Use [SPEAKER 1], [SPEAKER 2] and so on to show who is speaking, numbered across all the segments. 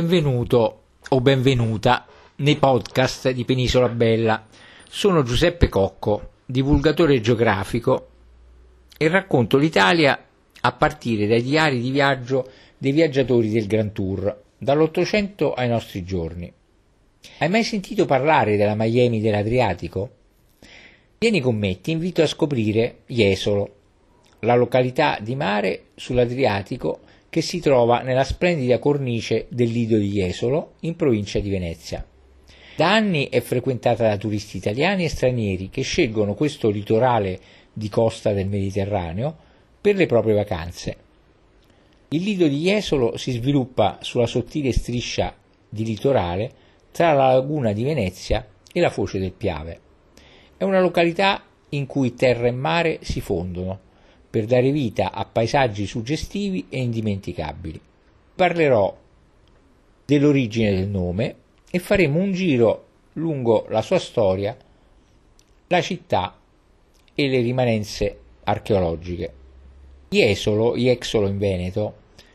[SPEAKER 1] Benvenuto o benvenuta nei podcast di Penisola Bella. Sono Giuseppe Cocco, divulgatore geografico, e racconto l'Italia a partire dai diari di viaggio dei viaggiatori del Grand Tour, dall'Ottocento ai nostri giorni. Hai mai sentito parlare della Miami dell'Adriatico? Vieni con me, ti invito a scoprire Jesolo, la località di mare sull'Adriatico che si trova nella splendida cornice del Lido di Jesolo, in provincia di Venezia. Da anni è frequentata da turisti italiani e stranieri che scelgono questo litorale di costa del Mediterraneo per le proprie vacanze. Il Lido di Jesolo si sviluppa sulla sottile striscia di litorale tra la laguna di Venezia e la foce del Piave. È una località in cui terra e mare si fondono per dare vita a paesaggi suggestivi e indimenticabili. Parlerò dell'origine del nome e faremo un giro lungo la sua storia, la città e le rimanenze archeologiche. Jesolo in Veneto,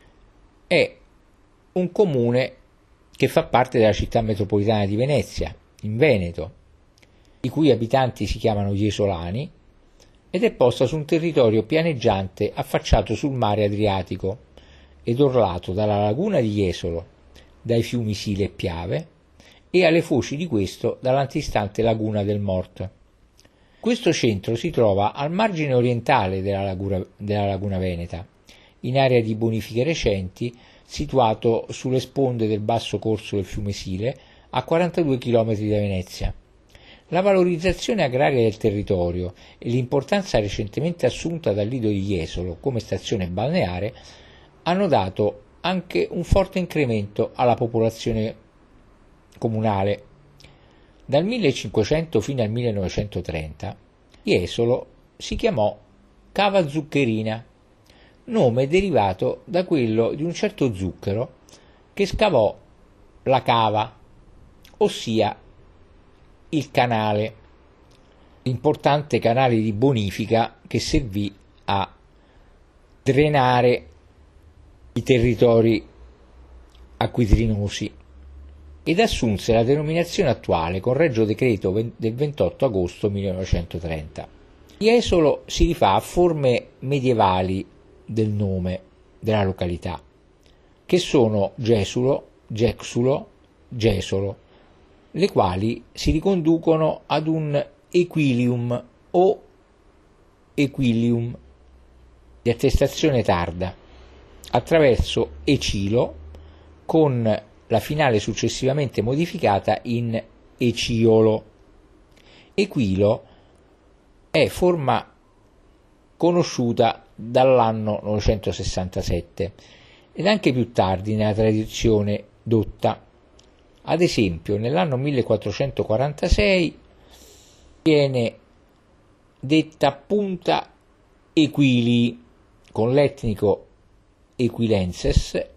[SPEAKER 1] è un comune che fa parte della città metropolitana di Venezia, in Veneto, i cui abitanti si chiamano jesolani, ed è posta su un territorio pianeggiante affacciato sul mare Adriatico ed orlato dalla laguna di Jesolo, dai fiumi Sile e Piave, e alle foci di questo dall'antistante laguna del Mort. Questo centro si trova al margine orientale della laguna veneta, in area di bonifiche recenti, situato sulle sponde del basso corso del fiume Sile, a 42 km da Venezia. La valorizzazione agraria del territorio e l'importanza recentemente assunta dal Lido di Jesolo come stazione balneare hanno dato anche un forte incremento alla popolazione comunale. Dal 1500 fino al 1930 Jesolo si chiamò Cava Zuccherina, nome derivato da quello di un certo zucchero che scavò la cava, ossia il canale, l'importante canale di bonifica che servì a drenare i territori acquitrinosi, ed assunse la denominazione attuale con regio decreto del 28 agosto 1930. Jesolo si rifà a forme medievali del nome della località, che sono Gesulo, Gexulo, Gesolo, le quali si riconducono ad un equilium o equilium di attestazione tarda, attraverso Ecilo, con la finale successivamente modificata in Eciolo. Equilo è forma conosciuta dall'anno 967 ed anche più tardi nella tradizione dotta. Ad esempio, nell'anno 1446 viene detta Punta Equilii, con l'etnico Equilienses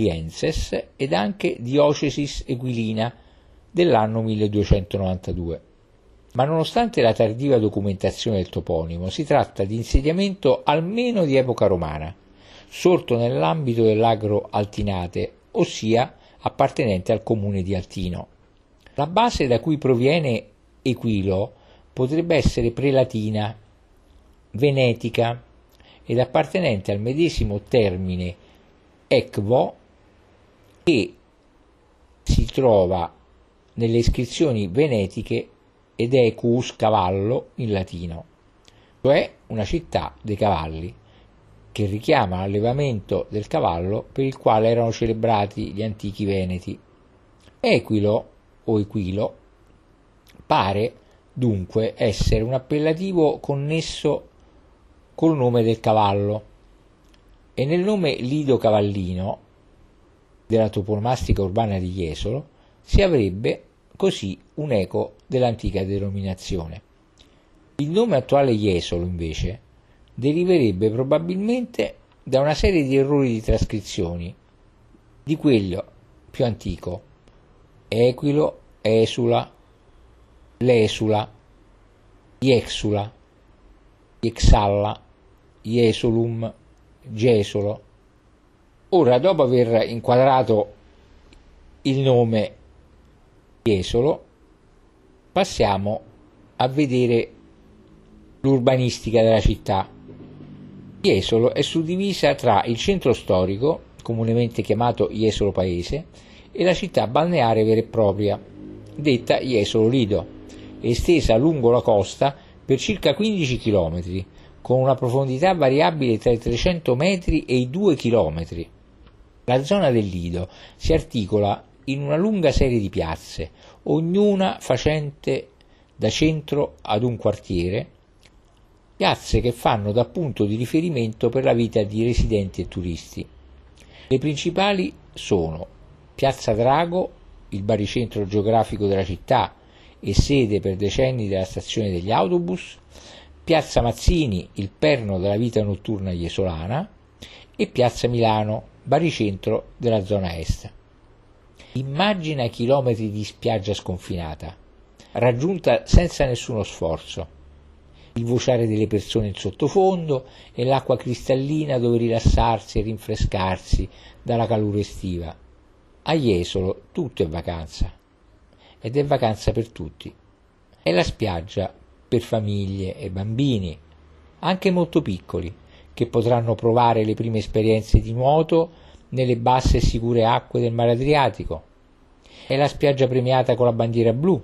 [SPEAKER 1] ed anche Diocesis Equilina dell'anno 1292. Ma nonostante la tardiva documentazione del toponimo, si tratta di insediamento almeno di epoca romana, sorto nell'ambito dell'Agro Altinate, ossia appartenente al comune di Altino. La base da cui proviene Equilo potrebbe essere prelatina, venetica ed appartenente al medesimo termine equo che si trova nelle iscrizioni venetiche ed equus cavallo in latino, cioè una città dei cavalli, che richiama l'allevamento del cavallo per il quale erano celebrati gli antichi veneti. Equilo o Equilo pare dunque essere un appellativo connesso col nome del cavallo, e nel nome Lido Cavallino della toponomastica urbana di Jesolo si avrebbe così un eco dell'antica denominazione. Il nome attuale Jesolo, invece, deriverebbe probabilmente da una serie di errori di trascrizioni di quello più antico: Equilo, Esula, Lesula, Iexula, Iexalla, Iesolum, Gesolo. Ora, dopo aver inquadrato il nome Jesolo, passiamo a vedere l'urbanistica della città. Jesolo è suddivisa tra il centro storico, comunemente chiamato Jesolo Paese, e la città balneare vera e propria, detta Jesolo Lido, estesa lungo la costa per circa 15 km, con una profondità variabile tra i 300 metri e i 2 km. La zona del Lido si articola in una lunga serie di piazze, ognuna facente da centro ad un quartiere, piazze che fanno da punto di riferimento per la vita di residenti e turisti. Le principali sono Piazza Drago, il baricentro geografico della città e sede per decenni della stazione degli autobus, Piazza Mazzini, il perno della vita notturna iesolana, e Piazza Milano, baricentro della zona est. Immagina chilometri di spiaggia sconfinata, raggiunta senza nessuno sforzo, il vociare delle persone in sottofondo e l'acqua cristallina dove rilassarsi e rinfrescarsi dalla calura estiva. A Jesolo tutto è vacanza, ed è vacanza per tutti. È la spiaggia per famiglie e bambini, anche molto piccoli, che potranno provare le prime esperienze di nuoto nelle basse e sicure acque del mare Adriatico. È la spiaggia premiata con la bandiera blu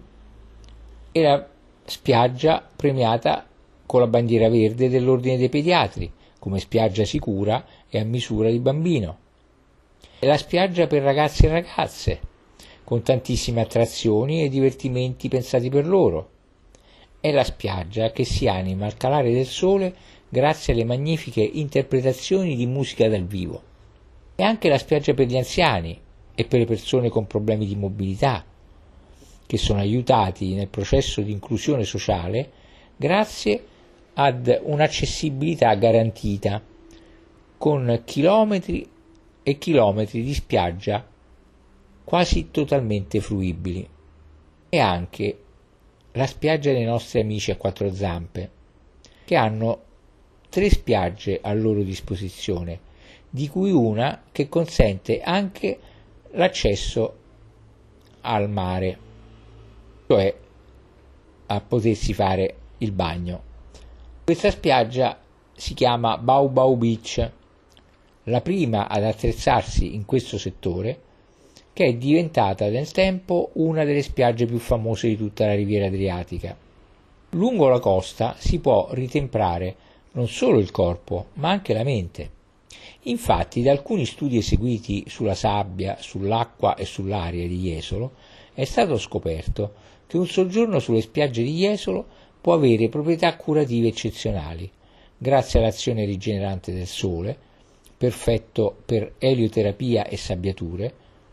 [SPEAKER 1] e la spiaggia premiata con la bandiera verde dell'Ordine dei Pediatri, come spiaggia sicura e a misura di bambino. È la spiaggia per ragazzi e ragazze, con tantissime attrazioni e divertimenti pensati per loro. È la spiaggia che si anima al calare del sole grazie alle magnifiche interpretazioni di musica dal vivo. È anche la spiaggia per gli anziani e per le persone con problemi di mobilità, che sono aiutati nel processo di inclusione sociale grazie ad un'accessibilità garantita, con chilometri e chilometri di spiaggia quasi totalmente fruibili. E anche la spiaggia dei nostri amici a quattro zampe, che hanno 3 spiagge a loro disposizione, di cui una che consente anche l'accesso al mare, cioè a potersi fare il bagno. Questa spiaggia si chiama Bau Bau Beach, la prima ad attrezzarsi in questo settore, che è diventata nel tempo una delle spiagge più famose di tutta la riviera adriatica. Lungo la costa si può ritemprare non solo il corpo, ma anche la mente. Infatti, da alcuni studi eseguiti sulla sabbia, sull'acqua e sull'aria di Jesolo, è stato scoperto che un soggiorno sulle spiagge di Jesolo può avere proprietà curative eccezionali, grazie all'azione rigenerante del sole, perfetto per elioterapia e sabbiature,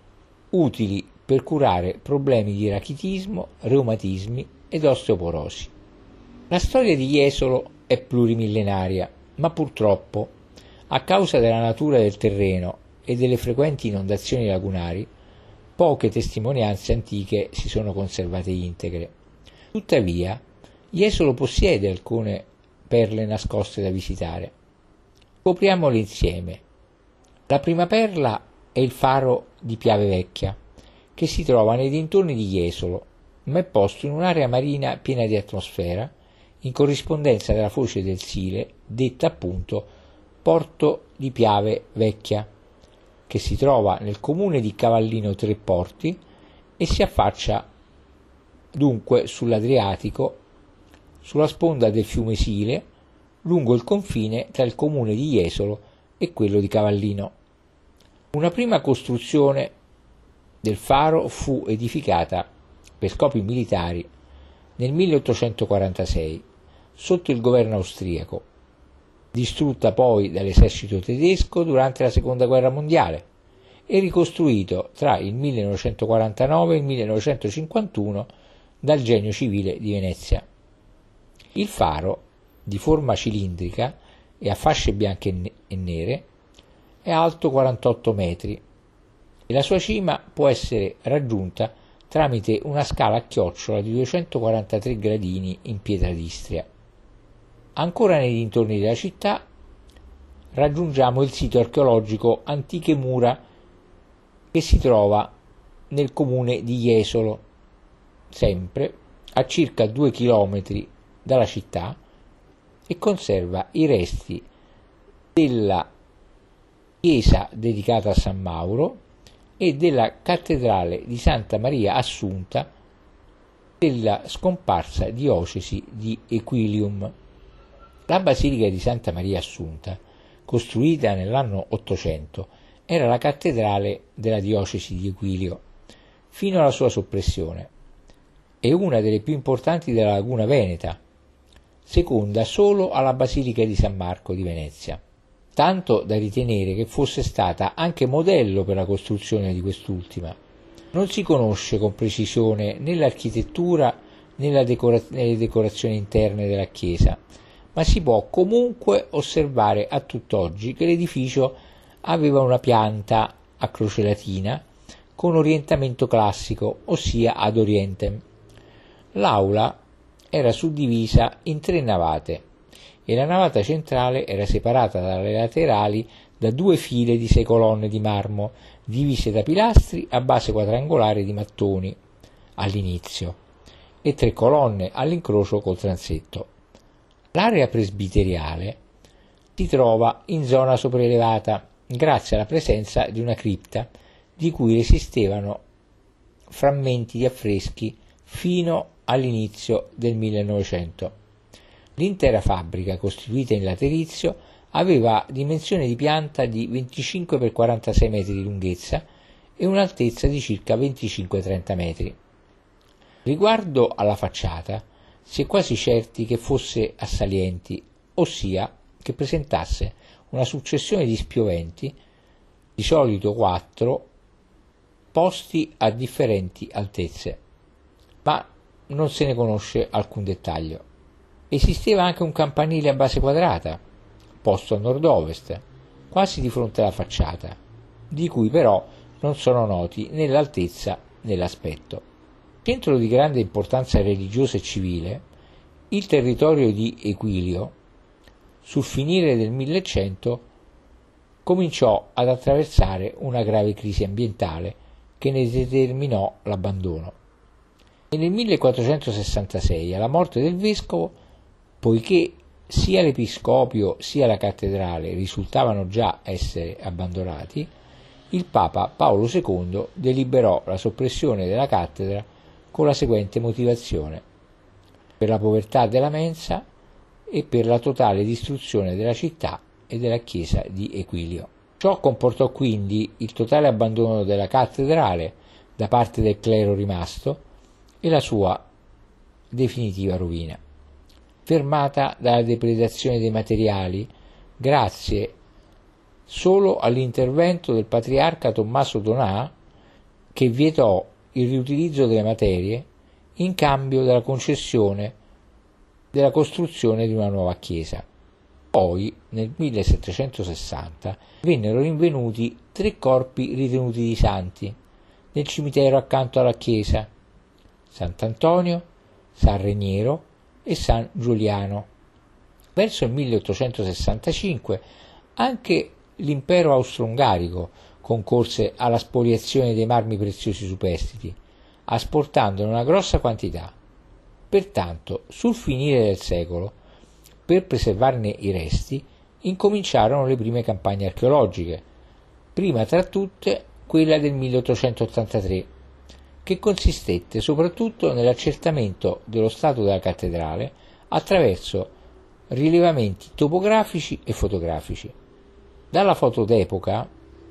[SPEAKER 1] utili per curare problemi di rachitismo, reumatismi ed osteoporosi. La storia di Jesolo è plurimillenaria, ma purtroppo, a causa della natura del terreno e delle frequenti inondazioni lagunari, poche testimonianze antiche si sono conservate integre. Tuttavia, Jesolo possiede alcune perle nascoste da visitare. Scopriamole insieme. La prima perla è il faro di Piave Vecchia, che si trova nei dintorni di Jesolo, ma è posto in un'area marina piena di atmosfera, in corrispondenza della foce del Sile, detta appunto Porto di Piave Vecchia, che si trova nel comune di Cavallino Tre Porti e si affaccia dunque sull'Adriatico, sulla sponda del fiume Sile, lungo il confine tra il comune di Jesolo e quello di Cavallino. Una prima costruzione del faro fu edificata per scopi militari nel 1846 sotto il governo austriaco, distrutta poi dall'esercito tedesco durante la Seconda Guerra Mondiale e ricostruito tra il 1949 e il 1951 dal Genio Civile di Venezia. Il faro, di forma cilindrica e a fasce bianche e nere, è alto 48 metri e la sua cima può essere raggiunta tramite una scala a chiocciola di 243 gradini in pietra d'Istria. Ancora nei dintorni della città raggiungiamo il sito archeologico Antiche Mura, che si trova nel comune di Jesolo, sempre a circa 2 chilometri dalla città, e conserva i resti della chiesa dedicata a San Mauro e della cattedrale di Santa Maria Assunta della scomparsa diocesi di Equilium. La basilica di Santa Maria Assunta, costruita nell'anno 800, era la cattedrale della diocesi di Equilio fino alla sua soppressione. È una delle più importanti della laguna veneta, seconda solo alla basilica di San Marco di Venezia, tanto da ritenere che fosse stata anche modello per la costruzione di quest'ultima. Non si conosce con precisione né l'architettura né le decorazioni interne della chiesa, ma si può comunque osservare a tutt'oggi che l'edificio aveva una pianta a croce latina con orientamento classico, ossia ad orientem. L'aula era suddivisa in 3 navate e la navata centrale era separata dalle laterali da 2 file di 6 colonne di marmo divise da pilastri a base quadrangolare di mattoni all'inizio e 3 colonne all'incrocio col transetto. L'area presbiteriale si trova in zona sopraelevata grazie alla presenza di una cripta di cui resistevano frammenti di affreschi fino all'inizio del 1900. L'intera fabbrica, costituita in laterizio, aveva dimensione di pianta di 25 x 46 metri di lunghezza e un'altezza di circa 25-30 metri. Riguardo alla facciata, si è quasi certi che fosse a salienti, ossia che presentasse una successione di spioventi, di solito 4, posti a differenti altezze, ma non se ne conosce alcun dettaglio. Esisteva anche un campanile a base quadrata, posto a nord-ovest, quasi di fronte alla facciata, di cui però non sono noti né l'altezza né l'aspetto. Centro di grande importanza religiosa e civile, il territorio di Equilio, sul finire del 1100, cominciò ad attraversare una grave crisi ambientale che ne determinò l'abbandono. E nel 1466, alla morte del vescovo, poiché sia l'episcopio sia la cattedrale risultavano già essere abbandonati, il Papa Paolo II deliberò la soppressione della cattedra con la seguente motivazione: per la povertà della mensa e per la totale distruzione della città e della chiesa di Equilio. Ciò comportò quindi il totale abbandono della cattedrale da parte del clero rimasto e la sua definitiva rovina, fermata dalla depredazione dei materiali grazie solo all'intervento del patriarca Tommaso Donà, che vietò il riutilizzo delle materie in cambio della concessione della costruzione di una nuova chiesa. Poi, nel 1760, vennero rinvenuti 3 corpi ritenuti di santi nel cimitero accanto alla chiesa: Sant'Antonio, San Reniero e San Giuliano. Verso il 1865 anche l'impero austro-ungarico concorse alla spoliazione dei marmi preziosi superstiti, asportandone una grossa quantità. Pertanto, sul finire del secolo, per preservarne i resti, incominciarono le prime campagne archeologiche, prima tra tutte quella del 1883, che consistette soprattutto nell'accertamento dello stato della cattedrale attraverso rilevamenti topografici e fotografici. Dalle foto d'epoca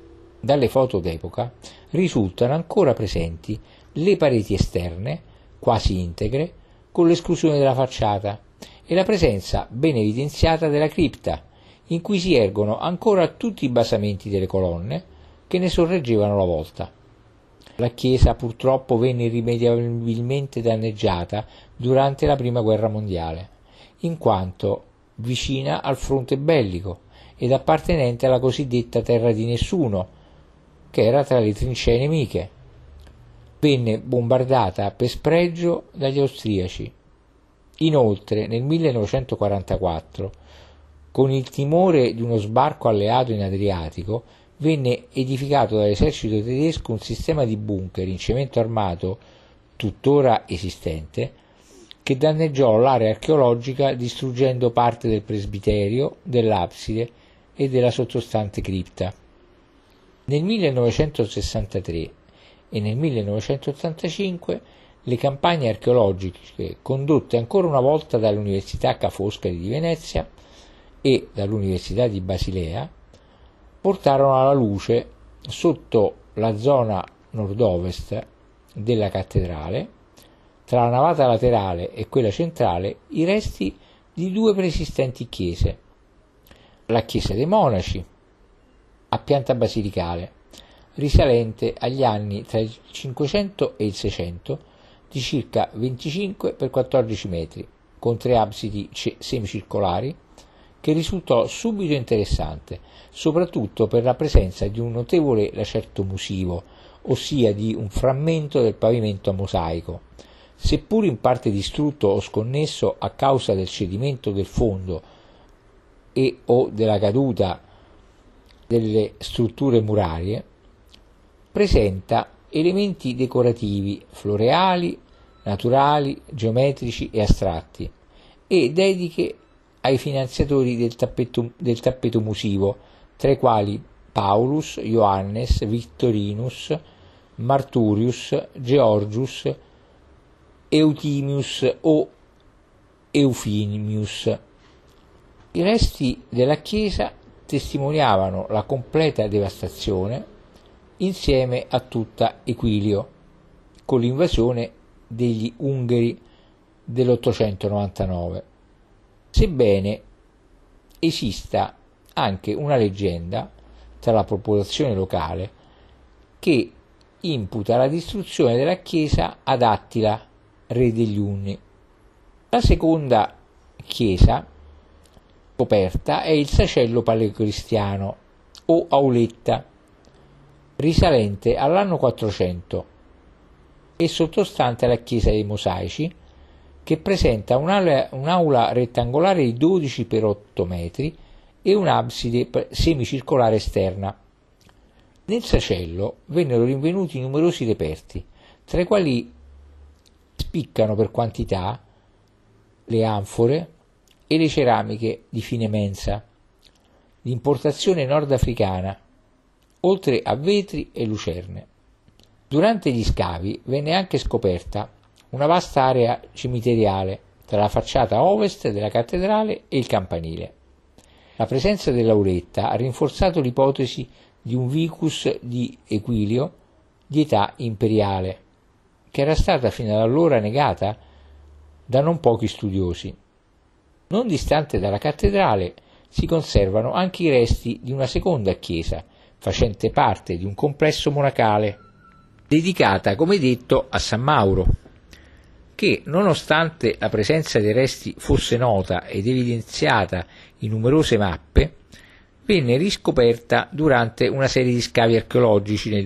[SPEAKER 1] risultano ancora presenti le pareti esterne, quasi integre, con l'esclusione della facciata, e la presenza ben evidenziata della cripta, in cui si ergono ancora tutti i basamenti delle colonne che ne sorreggevano la volta. La chiesa purtroppo venne irrimediabilmente danneggiata durante la Prima Guerra Mondiale, in quanto vicina al fronte bellico ed appartenente alla cosiddetta terra di nessuno, che era tra le trincee nemiche. Venne bombardata per spregio dagli austriaci. Inoltre, nel 1944, con il timore di uno sbarco alleato in Adriatico, venne edificato dall'esercito tedesco un sistema di bunker in cemento armato tuttora esistente che danneggiò l'area archeologica distruggendo parte del presbiterio, dell'abside e della sottostante cripta. Nel 1963 e nel 1985 le campagne archeologiche condotte ancora una volta dall'Università Ca' Foscari di Venezia e dall'Università di Basilea portarono alla luce, sotto la zona nord-ovest della cattedrale, tra la navata laterale e quella centrale, i resti di due preesistenti chiese: la chiesa dei Monaci, a pianta basilicale, risalente agli anni tra il 500 e il 600, di circa 25 x 14 metri, con tre absidi semicircolari, che risultò subito interessante, soprattutto per la presenza di un notevole lacerto musivo, ossia di un frammento del pavimento a mosaico, seppur in parte distrutto o sconnesso a causa del cedimento del fondo e o della caduta delle strutture murarie. Presenta elementi decorativi, floreali, naturali, geometrici e astratti, e dediche ai finanziatori del tappeto musivo, tra i quali Paulus, Johannes, Victorinus, Marturius, Georgius, Eutimius o Eufimius. I resti della chiesa testimoniavano la completa devastazione insieme a tutta Equilio, con l'invasione degli Ungheri dell'899, sebbene esista anche una leggenda tra la popolazione locale che imputa la distruzione della chiesa ad Attila, re degli Unni. La seconda chiesa coperta è il sacello paleocristiano o auletta, risalente all'anno 400 e sottostante alla chiesa dei Mosaici, che presenta un'aula rettangolare di 12 x 8 metri e un'abside semicircolare esterna. Nel sacello vennero rinvenuti numerosi reperti, tra i quali spiccano per quantità le anfore e le ceramiche di fine mensa, di importazione nordafricana, oltre a vetri e lucerne. Durante gli scavi venne anche scoperta una vasta area cimiteriale tra la facciata ovest della cattedrale e il campanile. La presenza dell'auletta ha rinforzato l'ipotesi di un vicus di Equilio di età imperiale, che era stata fino ad allora negata da non pochi studiosi. Non distante dalla cattedrale si conservano anche i resti di una seconda chiesa, facente parte di un complesso monacale, dedicata, come detto, a San Mauro, che, nonostante la presenza dei resti fosse nota ed evidenziata in numerose mappe, venne riscoperta durante una serie di scavi archeologici nel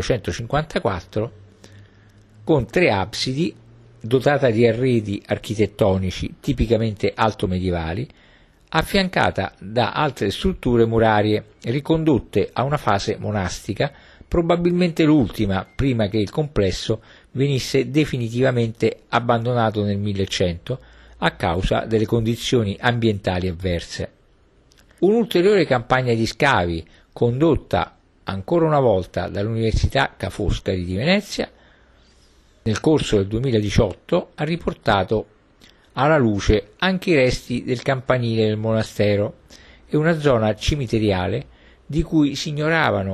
[SPEAKER 1] 1954, con tre absidi, dotata di arredi architettonici tipicamente altomedievali, affiancata da altre strutture murarie ricondotte a una fase monastica, probabilmente l'ultima prima che il complesso venisse definitivamente abbandonato nel 1100 a causa delle condizioni ambientali avverse. Un'ulteriore campagna di scavi, condotta ancora una volta dall'Università Ca' Foscari di Venezia, nel corso del 2018 ha riportato alla luce anche i resti del campanile del monastero e una zona cimiteriale di cui se ne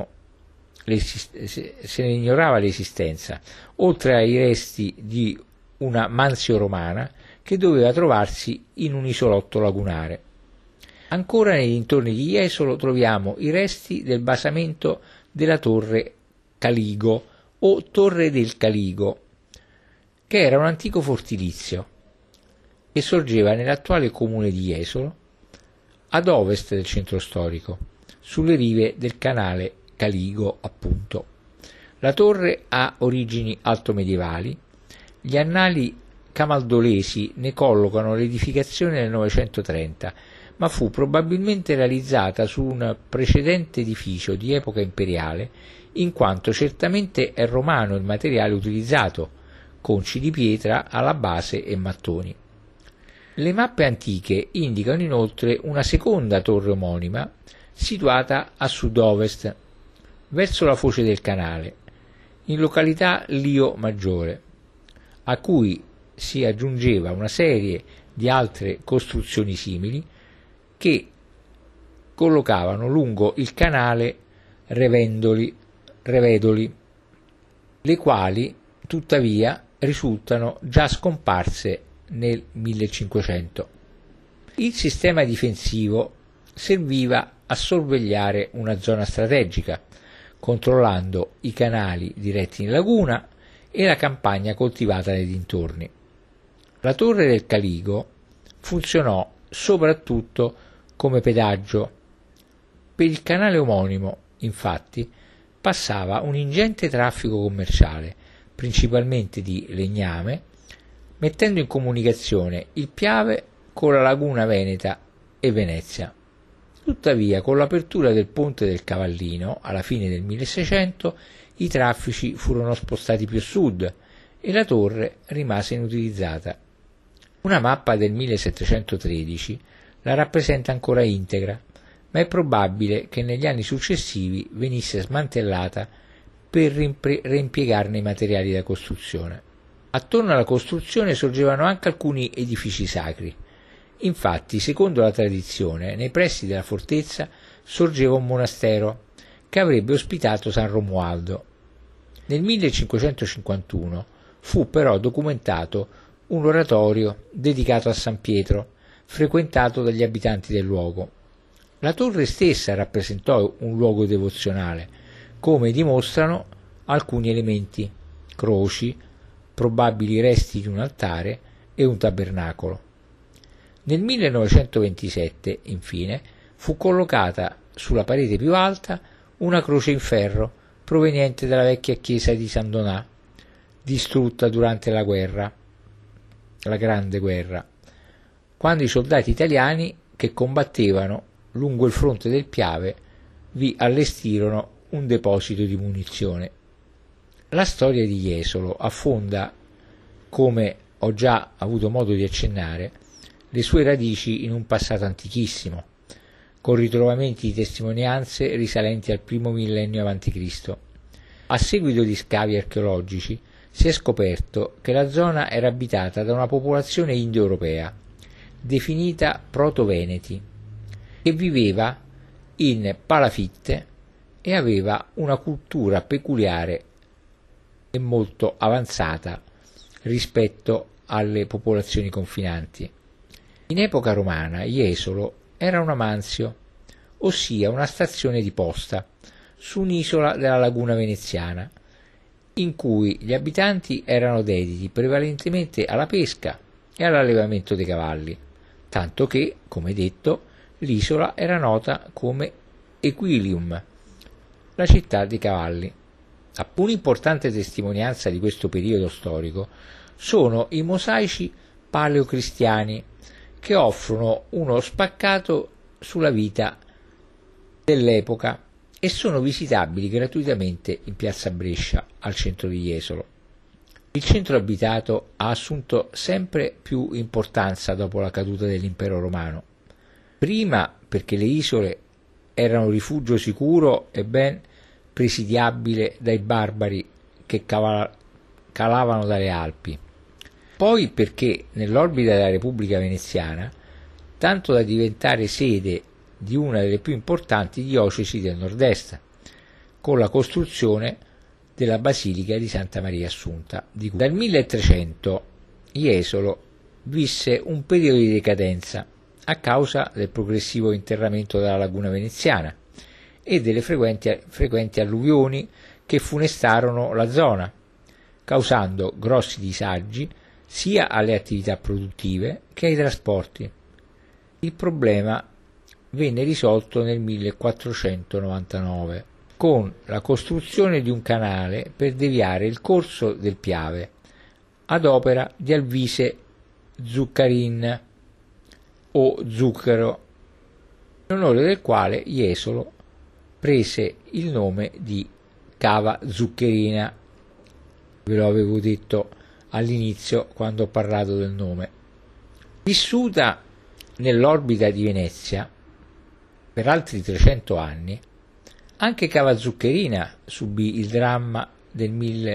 [SPEAKER 1] ignorava l'esistenza, oltre ai resti di una mansio romana che doveva trovarsi in un isolotto lagunare. Ancora nei dintorni di Jesolo troviamo i resti del basamento della torre Caligo o Torre del Caligo, che era un antico fortilizio che sorgeva nell'attuale comune di Jesolo, ad ovest del centro storico, sulle rive del canale Caligo, appunto. La torre ha origini altomedievali. Gli annali camaldolesi ne collocano l'edificazione nel 930, ma fu probabilmente realizzata su un precedente edificio di epoca imperiale, in quanto certamente è romano il materiale utilizzato, conci di pietra alla base e mattoni. Le mappe antiche indicano inoltre una seconda torre omonima situata a sud-ovest, verso la foce del canale, in località Lio Maggiore, a cui si aggiungeva una serie di altre costruzioni simili che collocavano lungo il canale Revedoli, le quali tuttavia risultano già scomparse nel 1500. Il sistema difensivo serviva a sorvegliare una zona strategica, controllando i canali diretti in laguna e la campagna coltivata nei dintorni. La torre del Caligo funzionò soprattutto come pedaggio. Per il canale omonimo, infatti, passava un ingente traffico commerciale, principalmente di legname, mettendo in comunicazione il Piave con la laguna veneta e Venezia. Tuttavia, con l'apertura del ponte del Cavallino alla fine del 1600, i traffici furono spostati più a sud e la torre rimase inutilizzata. Una mappa del 1713 la rappresenta ancora integra, ma è probabile che negli anni successivi venisse smantellata per reimpiegarne i materiali da costruzione. Attorno alla costruzione sorgevano anche alcuni edifici sacri. Infatti, secondo la tradizione, nei pressi della fortezza sorgeva un monastero che avrebbe ospitato San Romualdo. Nel 1551 fu però documentato un oratorio dedicato a San Pietro, frequentato dagli abitanti del luogo. La torre stessa rappresentò un luogo devozionale, come dimostrano alcuni elementi: croci, probabili resti di un altare e un tabernacolo. Nel 1927, infine, fu collocata sulla parete più alta una croce in ferro proveniente dalla vecchia chiesa di San Donà, distrutta durante la Grande Guerra, quando i soldati italiani che combattevano lungo il fronte del Piave vi allestirono un deposito di munizione. La storia di Jesolo affonda, come ho già avuto modo di accennare, le sue radici in un passato antichissimo, con ritrovamenti di testimonianze risalenti al primo millennio a.C. A seguito di scavi archeologici si è scoperto che la zona era abitata da una popolazione indoeuropea, definita Proto-Veneti, che viveva in palafitte e aveva una cultura peculiare e molto avanzata rispetto alle popolazioni confinanti. In epoca romana Jesolo era un amansio, ossia una stazione di posta su un'isola della laguna veneziana, in cui gli abitanti erano dediti prevalentemente alla pesca e all'allevamento dei cavalli, tanto che, come detto, l'isola era nota come Equilium, la città dei cavalli. Un'importante testimonianza di questo periodo storico sono i mosaici paleocristiani, che offrono uno spaccato sulla vita dell'epoca e sono visitabili gratuitamente in piazza Brescia, al centro di Jesolo. Il centro abitato ha assunto sempre più importanza dopo la caduta dell'impero romano, prima perché le isole erano un rifugio sicuro e ben presidiabile dai barbari che calavano dalle Alpi, poi perché nell'orbita della Repubblica Veneziana, tanto da diventare sede di una delle più importanti diocesi del nord-est, con la costruzione della Basilica di Santa Maria Assunta. Dal 1300 Jesolo visse un periodo di decadenza a causa del progressivo interramento della laguna veneziana e delle frequenti alluvioni che funestarono la zona, causando grossi disagi sia alle attività produttive che ai trasporti. Il problema venne risolto nel 1499 con la costruzione di un canale per deviare il corso del Piave ad opera di Alvise Zuccarin o Zucchero, in onore del quale Jesolo prese il nome di Cava Zuccherina. Ve lo avevo detto all'inizio quando ho parlato del nome. Vissuta nell'orbita di Venezia per altri 300 anni, anche Cava Zuccherina subì il dramma del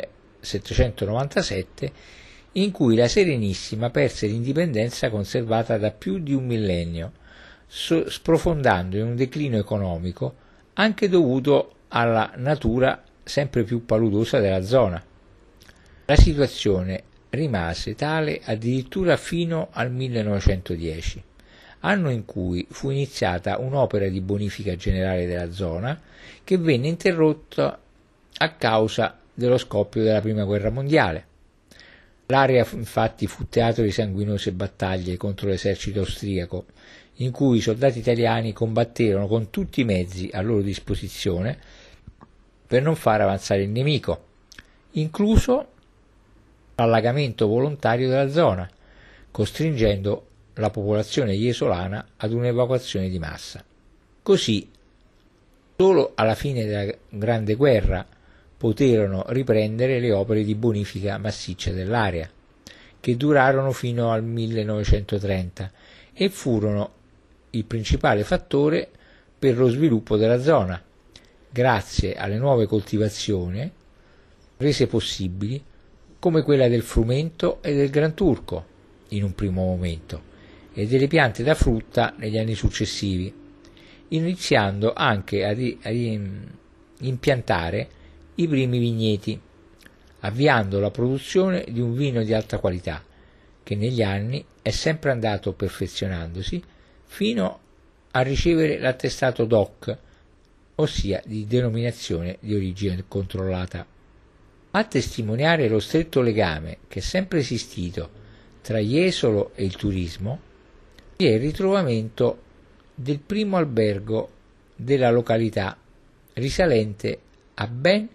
[SPEAKER 1] 1797 in cui la Serenissima perse l'indipendenza conservata da più di un millennio, sprofondando in un declino economico anche dovuto alla natura sempre più paludosa della zona. La situazione rimase tale addirittura fino al 1910, anno in cui fu iniziata un'opera di bonifica generale della zona che venne interrotta a causa dello scoppio della Prima Guerra Mondiale. L'area infatti fu teatro di sanguinose battaglie contro l'esercito austriaco, in cui i soldati italiani combatterono con tutti i mezzi a loro disposizione per non far avanzare il nemico, incluso l'allagamento volontario della zona, costringendo la popolazione jesolana ad un'evacuazione di massa. Così, solo alla fine della Grande Guerra poterono riprendere le opere di bonifica massiccia dell'area, che durarono fino al 1930 e furono il principale fattore per lo sviluppo della zona, grazie alle nuove coltivazioni rese possibili, come quella del frumento e del granturco in un primo momento, e delle piante da frutta negli anni successivi, iniziando anche ad impiantare i primi vigneti, avviando la produzione di un vino di alta qualità, che negli anni è sempre andato perfezionandosi fino a ricevere l'attestato DOC, ossia di denominazione di origine controllata. A testimoniare lo stretto legame che è sempre esistito tra Jesolo e il turismo vi è il ritrovamento del primo albergo della località, risalente a ben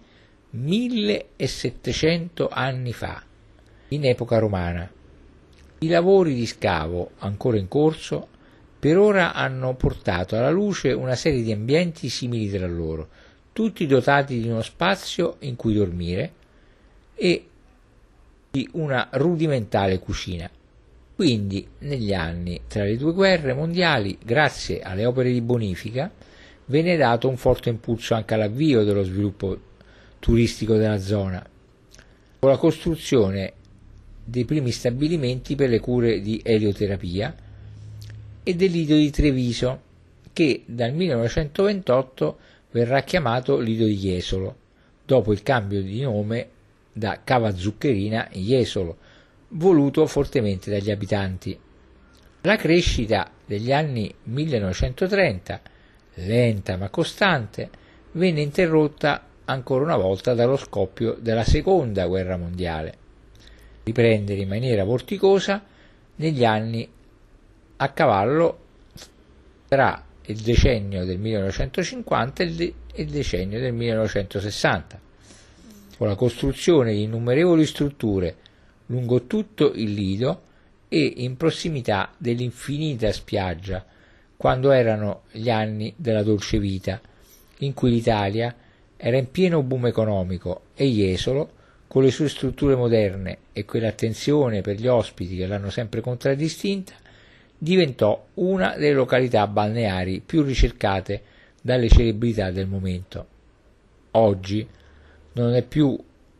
[SPEAKER 1] 1700 anni fa, in epoca romana. I lavori di scavo ancora in corso per ora hanno portato alla luce una serie di ambienti simili tra loro, tutti dotati di uno spazio in cui dormire e di una rudimentale cucina. Quindi, negli anni tra le due guerre mondiali, grazie alle opere di bonifica, venne dato un forte impulso anche all'avvio dello sviluppo turistico della zona, con la costruzione dei primi stabilimenti per le cure di elioterapia e del lido di Treviso, che dal 1928 verrà chiamato Lido di Jesolo, dopo il cambio di nome da Cava Zuccherina in Jesolo, voluto fortemente dagli abitanti. La crescita degli anni 1930, lenta ma costante, venne interrotta ancora una volta dallo scoppio della Seconda Guerra Mondiale, riprendere in maniera vorticosa negli anni a cavallo tra il decennio del 1950 e il decennio del 1960, con la costruzione di innumerevoli strutture lungo tutto il lido e in prossimità dell'infinita spiaggia, quando erano gli anni della dolce vita, in cui l'Italia era in pieno boom economico e Jesolo, con le sue strutture moderne e quell'attenzione per gli ospiti che l'hanno sempre contraddistinta, diventò una delle località balneari più ricercate dalle celebrità del momento. Oggi non è più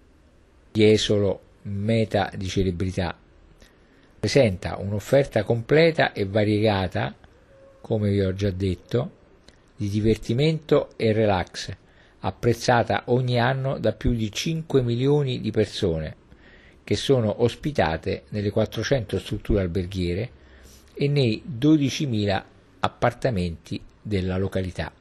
[SPEAKER 1] Jesolo meta di celebrità, presenta un'offerta completa e variegata, come vi ho già detto, di divertimento e relax, apprezzata ogni anno da più di 5 milioni di persone, che sono ospitate nelle 400 strutture alberghiere e nei 12.000 appartamenti della località.